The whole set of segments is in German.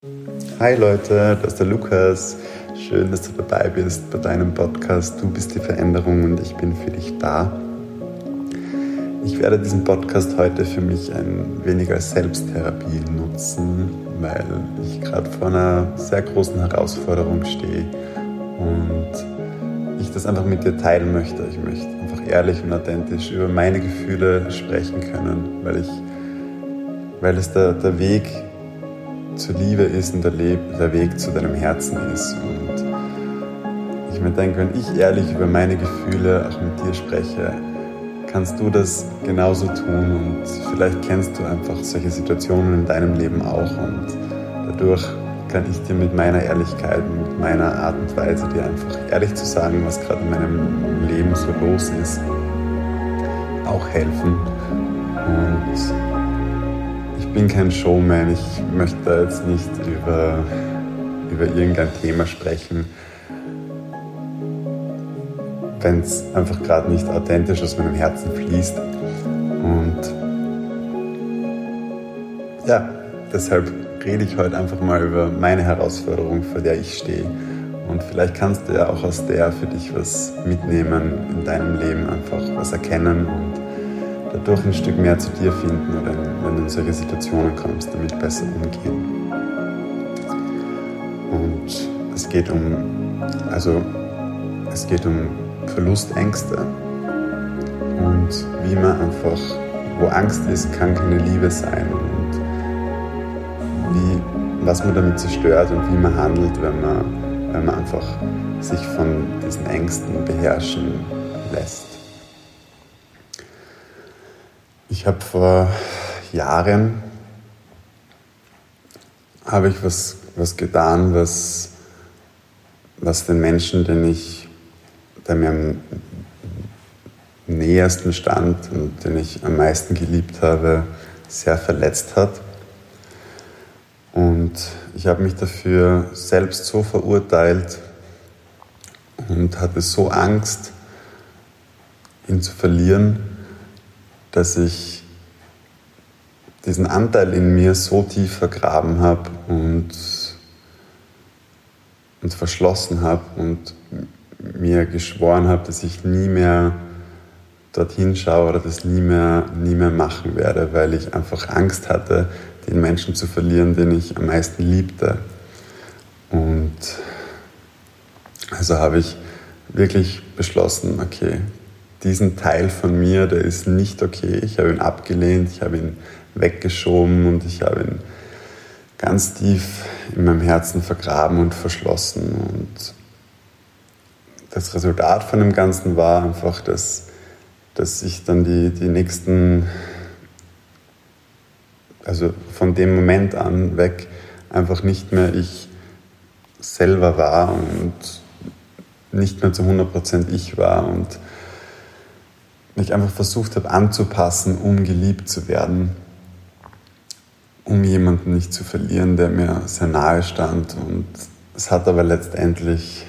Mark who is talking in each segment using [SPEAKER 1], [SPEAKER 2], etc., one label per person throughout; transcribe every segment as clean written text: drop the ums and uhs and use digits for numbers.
[SPEAKER 1] Hi Leute, das ist der Lukas. Schön, dass du dabei bist bei deinem Podcast Du bist die Veränderung und ich bin für dich da. Ich werde diesen Podcast heute für mich ein wenig als Selbsttherapie nutzen, weil ich gerade vor einer sehr großen Herausforderung stehe und ich das einfach mit dir teilen möchte. Ich möchte einfach ehrlich und authentisch über meine Gefühle sprechen können, weil es der Weg zur Liebe ist und der Weg zu deinem Herzen ist. Und ich mir denke, wenn ich ehrlich über meine Gefühle auch mit dir spreche, kannst du das genauso tun und vielleicht kennst du einfach solche Situationen in deinem Leben auch und dadurch kann ich dir mit meiner Ehrlichkeit und mit meiner Art und Weise dir einfach ehrlich zu sagen, was gerade in meinem Leben so los ist, auch helfen. Und ich bin kein Showman, ich möchte da jetzt nicht über irgendein Thema sprechen, wenn es einfach gerade nicht authentisch aus meinem Herzen fließt. Und ja, deshalb rede ich heute einfach mal über meine Herausforderung, vor der ich stehe. Und vielleicht kannst du ja auch aus der für dich was mitnehmen in deinem Leben, einfach was erkennen und dadurch ein Stück mehr zu dir finden oder wenn du in solche Situationen kommst, damit besser umgehen. Und es geht um Verlustängste und wie man einfach, wo Angst ist, kann keine Liebe sein und was man damit zerstört und wie man handelt, wenn man einfach sich von diesen Ängsten beherrschen lässt. Ich habe vor Jahren was getan, was den Menschen, der mir am nähersten stand und den ich am meisten geliebt habe, sehr verletzt hat. Und ich habe mich dafür selbst so verurteilt und hatte so Angst, ihn zu verlieren, dass ich diesen Anteil in mir so tief vergraben habe und verschlossen habe und mir geschworen habe, dass ich nie mehr dorthin schaue oder das nie mehr machen werde, weil ich einfach Angst hatte, den Menschen zu verlieren, den ich am meisten liebte. Und also habe ich wirklich beschlossen, okay, diesen Teil von mir, der ist nicht okay. Ich habe ihn abgelehnt, ich habe ihn weggeschoben und ich habe ihn ganz tief in meinem Herzen vergraben und verschlossen. Und das Resultat von dem Ganzen war einfach, dass ich dann die nächsten, also von dem Moment an weg, einfach nicht mehr ich selber war und nicht mehr zu 100% ich war und mich einfach versucht habe anzupassen, um geliebt zu werden, um jemanden nicht zu verlieren, der mir sehr nahe stand. Und es hat aber letztendlich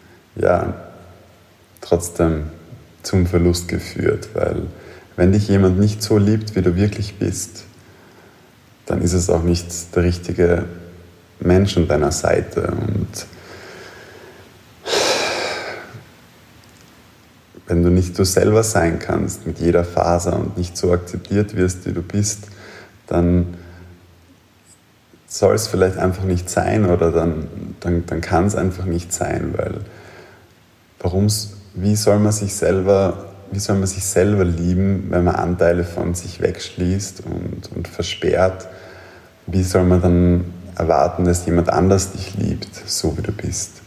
[SPEAKER 1] trotzdem zum Verlust geführt, weil wenn dich jemand nicht so liebt, wie du wirklich bist, dann ist es auch nicht der richtige Mensch an deiner Seite. Und wenn du nicht du selber sein kannst mit jeder Faser und nicht so akzeptiert wirst, wie du bist, dann soll es vielleicht einfach nicht sein oder dann kann es einfach nicht sein, weil wie soll man sich selber lieben, wenn man Anteile von sich wegschließt und versperrt? Wie soll man dann erwarten, dass jemand anders dich liebt, so wie du bist?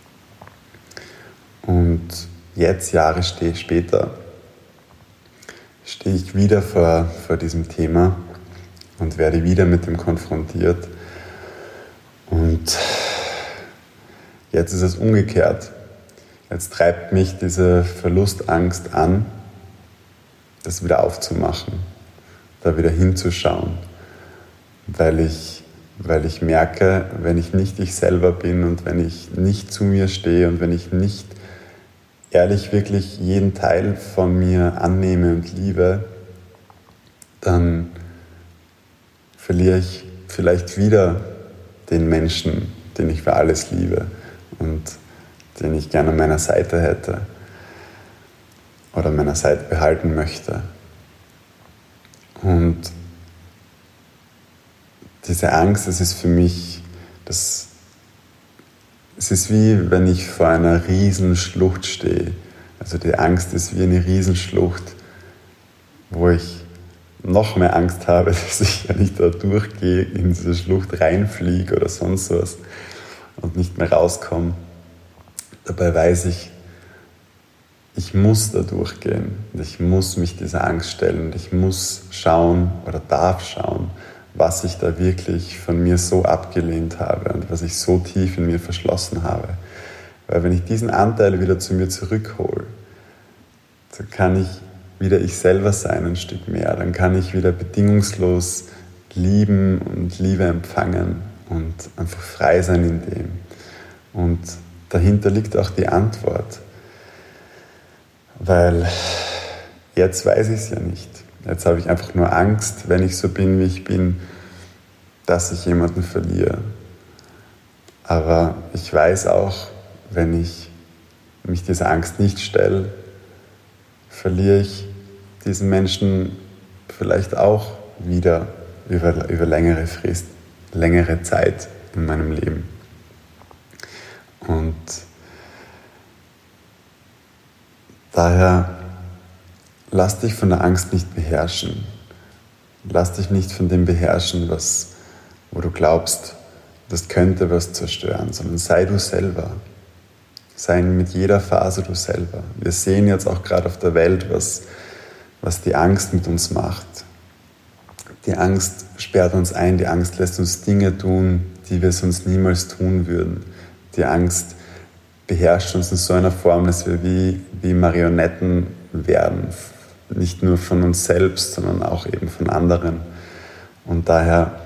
[SPEAKER 1] Und jetzt, Jahre später, stehe ich wieder vor diesem Thema und werde wieder mit dem konfrontiert. Und jetzt ist es umgekehrt. Jetzt treibt mich diese Verlustangst an, das wieder aufzumachen, da wieder hinzuschauen, weil ich merke, wenn ich nicht ich selber bin und wenn ich nicht zu mir stehe und wenn ich nicht ehrlich wirklich jeden Teil von mir annehme und liebe, dann verliere ich vielleicht wieder den Menschen, den ich für alles liebe und den ich gerne an meiner Seite hätte oder an meiner Seite behalten möchte. Und diese Angst, das ist für mich, es ist wie wenn ich vor einer riesen Schlucht stehe. Also die Angst ist wie eine Riesenschlucht, wo ich noch mehr Angst habe, dass ich, wenn ich da durchgehe, in diese Schlucht reinfliege oder sonst was und nicht mehr rauskomme. Dabei weiß ich, ich muss da durchgehen und ich muss mich dieser Angst stellen und ich muss schauen oder darf schauen, was ich da wirklich von mir so abgelehnt habe und was ich so tief in mir verschlossen habe. Weil wenn ich diesen Anteil wieder zu mir zurückhole, dann kann ich wieder ich selber sein ein Stück mehr. Dann kann ich wieder bedingungslos lieben und Liebe empfangen und einfach frei sein in dem. Und dahinter liegt auch die Antwort. Weil jetzt weiß ich es ja nicht. Jetzt habe ich einfach nur Angst, wenn ich so bin, wie ich bin, dass ich jemanden verliere. Aber ich weiß auch, wenn ich mich dieser Angst nicht stelle, verliere ich diesen Menschen vielleicht auch wieder über längere Frist, längere Zeit in meinem Leben. Und daher lass dich von der Angst nicht beherrschen. Lass dich nicht von dem beherrschen, wo du glaubst, das könnte was zerstören, sondern sei du selber. Sei mit jeder Phase du selber. Wir sehen jetzt auch gerade auf der Welt, was die Angst mit uns macht. Die Angst sperrt uns ein, die Angst lässt uns Dinge tun, die wir sonst niemals tun würden. Die Angst beherrscht uns in so einer Form, dass wir wie Marionetten werden. Nicht nur von uns selbst, sondern auch eben von anderen. Und daher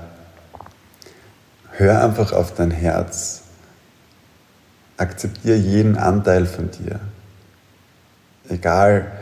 [SPEAKER 1] hör einfach auf dein Herz. Akzeptiere jeden Anteil von dir. Egal,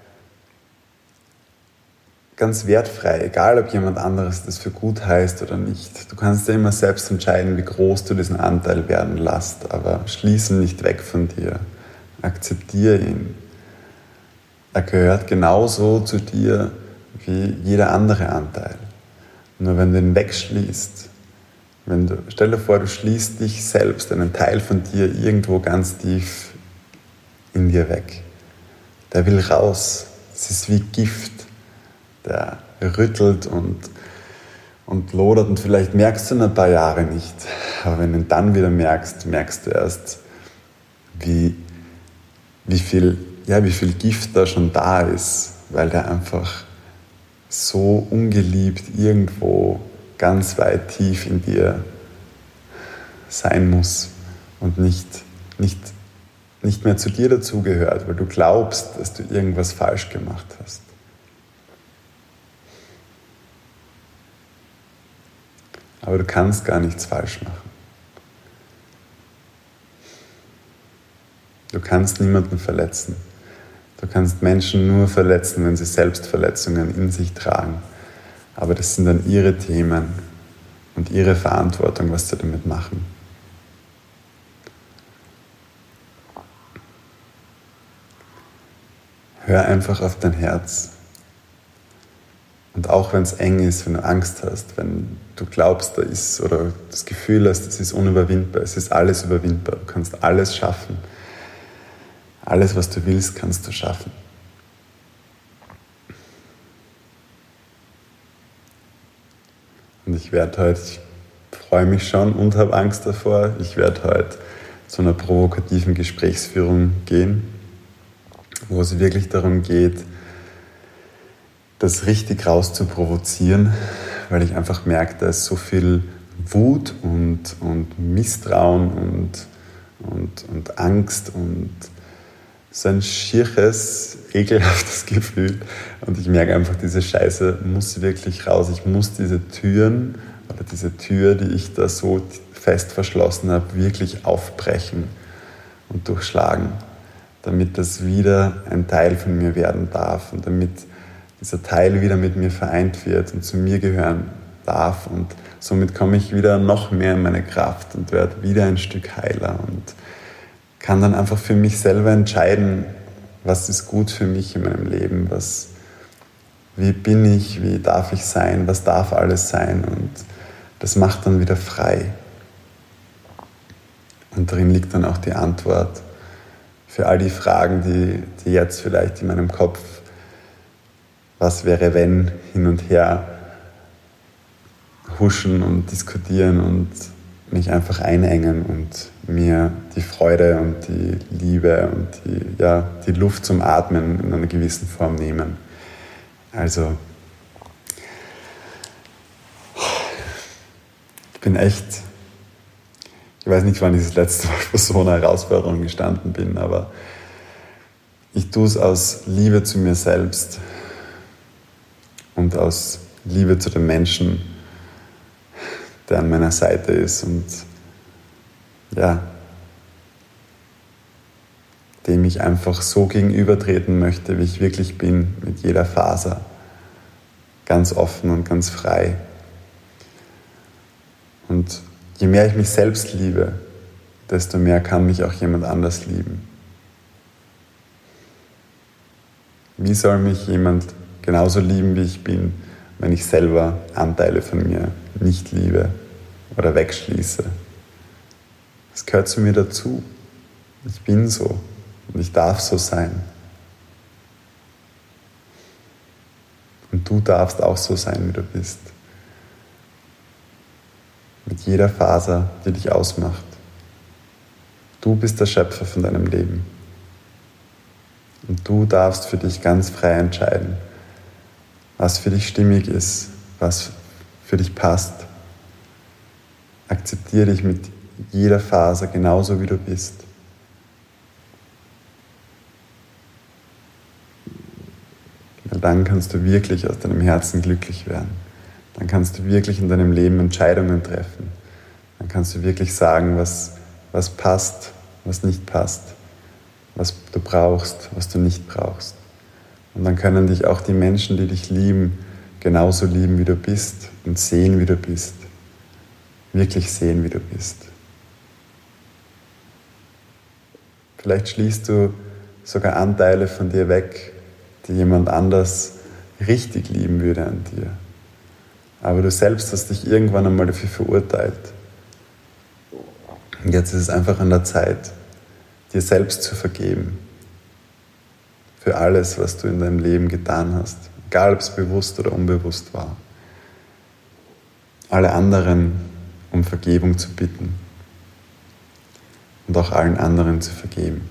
[SPEAKER 1] ganz wertfrei, egal ob jemand anderes das für gut heißt oder nicht. Du kannst ja immer selbst entscheiden, wie groß du diesen Anteil werden lässt, aber schließ ihn nicht weg von dir. Akzeptiere ihn. Er gehört genauso zu dir wie jeder andere Anteil. Nur wenn du ihn wegschließt, stell dir vor, du schließt dich selbst, einen Teil von dir irgendwo ganz tief in dir weg. Der will raus. Es ist wie Gift. Der rüttelt und lodert und vielleicht merkst du ihn ein paar Jahre nicht. Aber wenn du ihn dann wieder merkst du erst, wie viel Gift da schon da ist, weil der einfach so ungeliebt irgendwo ganz weit tief in dir sein muss und nicht mehr zu dir dazugehört, weil du glaubst, dass du irgendwas falsch gemacht hast. Aber du kannst gar nichts falsch machen. Du kannst niemanden verletzen. Du kannst Menschen nur verletzen, wenn sie selbst Verletzungen in sich tragen. Aber das sind dann ihre Themen und ihre Verantwortung, was sie damit machen. Hör einfach auf dein Herz. Und auch wenn es eng ist, wenn du Angst hast, wenn du glaubst, da ist oder das Gefühl hast, es ist unüberwindbar, es ist alles überwindbar, du kannst alles schaffen. Alles, was du willst, kannst du schaffen. Und ich freue mich schon und habe Angst davor, ich werde heute zu einer provokativen Gesprächsführung gehen, wo es wirklich darum geht, das richtig raus zu provozieren, weil ich einfach merke, da ist so viel Wut und Misstrauen und Angst und so ein schieres, ekelhaftes Gefühl. Und ich merke einfach, diese Scheiße muss wirklich raus. Ich muss diese Türen oder diese Tür, die ich da so fest verschlossen habe, wirklich aufbrechen und durchschlagen, damit das wieder ein Teil von mir werden darf und damit dieser Teil wieder mit mir vereint wird und zu mir gehören darf und somit komme ich wieder noch mehr in meine Kraft und werde wieder ein Stück heiler und kann dann einfach für mich selber entscheiden, was ist gut für mich in meinem Leben, wie bin ich, wie darf ich sein, was darf alles sein, und das macht dann wieder frei. Und darin liegt dann auch die Antwort für all die Fragen, die jetzt vielleicht in meinem Kopf, was wäre wenn, hin und her huschen und diskutieren und mich einfach einengen und mir die Freude und die Liebe und die Luft zum Atmen in einer gewissen Form nehmen. Also ich weiß nicht, wann ich das letzte Mal vor so einer Herausforderung gestanden bin, aber ich tue es aus Liebe zu mir selbst und aus Liebe zu den Menschen, der an meiner Seite ist und dem ich einfach so gegenübertreten möchte, wie ich wirklich bin, mit jeder Faser, ganz offen und ganz frei. Und je mehr ich mich selbst liebe, desto mehr kann mich auch jemand anders lieben. Wie soll mich jemand genauso lieben, wie ich bin, wenn ich selber Anteile von mir nicht liebe oder wegschließe? Das gehört zu mir dazu. Ich bin so und ich darf so sein. Und du darfst auch so sein, wie du bist. Mit jeder Faser, die dich ausmacht. Du bist der Schöpfer von deinem Leben. Und du darfst für dich ganz frei entscheiden, was für dich stimmig ist, was für dich passt. Akzeptiere dich mit jeder Faser genauso, wie du bist. Weil dann kannst du wirklich aus deinem Herzen glücklich werden. Dann kannst du wirklich in deinem Leben Entscheidungen treffen. Dann kannst du wirklich sagen, was passt, was nicht passt, was du brauchst, was du nicht brauchst. Und dann können dich auch die Menschen, die dich lieben, genauso lieben, wie du bist und sehen, wie du bist. Wirklich sehen, wie du bist. Vielleicht schließt du sogar Anteile von dir weg, die jemand anders richtig lieben würde an dir. Aber du selbst hast dich irgendwann einmal dafür verurteilt. Und jetzt ist es einfach an der Zeit, dir selbst zu vergeben. Für alles, was du in deinem Leben getan hast. Egal, ob es bewusst oder unbewusst war. Alle anderen um Vergebung zu bitten. Und auch allen anderen zu vergeben.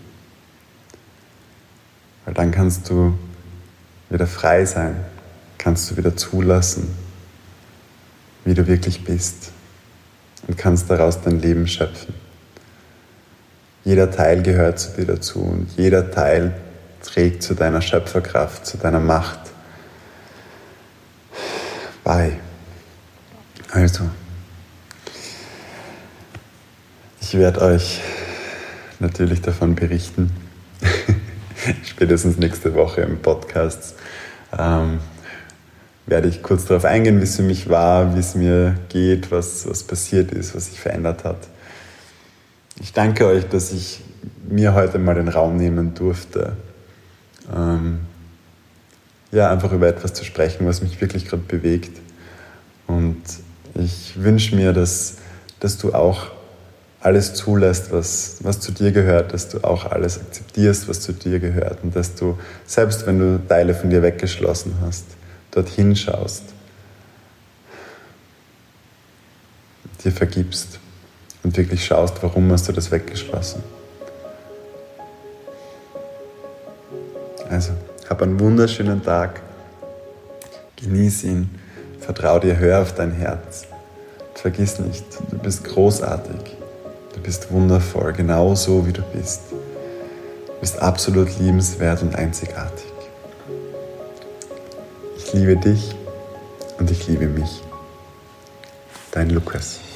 [SPEAKER 1] Weil dann kannst du wieder frei sein. Kannst du wieder zulassen, wie du wirklich bist. Und kannst daraus dein Leben schöpfen. Jeder Teil gehört zu dir dazu und jeder Teil trägt zu deiner Schöpferkraft, zu deiner Macht bei. Also, ich werde euch natürlich davon berichten, spätestens nächste Woche im Podcast, werde ich kurz darauf eingehen, wie es für mich war, wie es mir geht, was passiert ist, was sich verändert hat. Ich danke euch, dass ich mir heute mal den Raum nehmen durfte, einfach über etwas zu sprechen, was mich wirklich gerade bewegt. Und ich wünsche mir, dass du auch alles zulässt, was zu dir gehört, dass du auch alles akzeptierst, was zu dir gehört und dass du, selbst wenn du Teile von dir weggeschlossen hast, dorthin schaust, dir vergibst und wirklich schaust, warum hast du das weggeschlossen. Also, hab einen wunderschönen Tag, genieß ihn, vertrau dir, hör auf dein Herz. Und vergiss nicht, du bist großartig, du bist wundervoll, genauso wie du bist. Du bist absolut liebenswert und einzigartig. Ich liebe dich und ich liebe mich. Dein Lukas.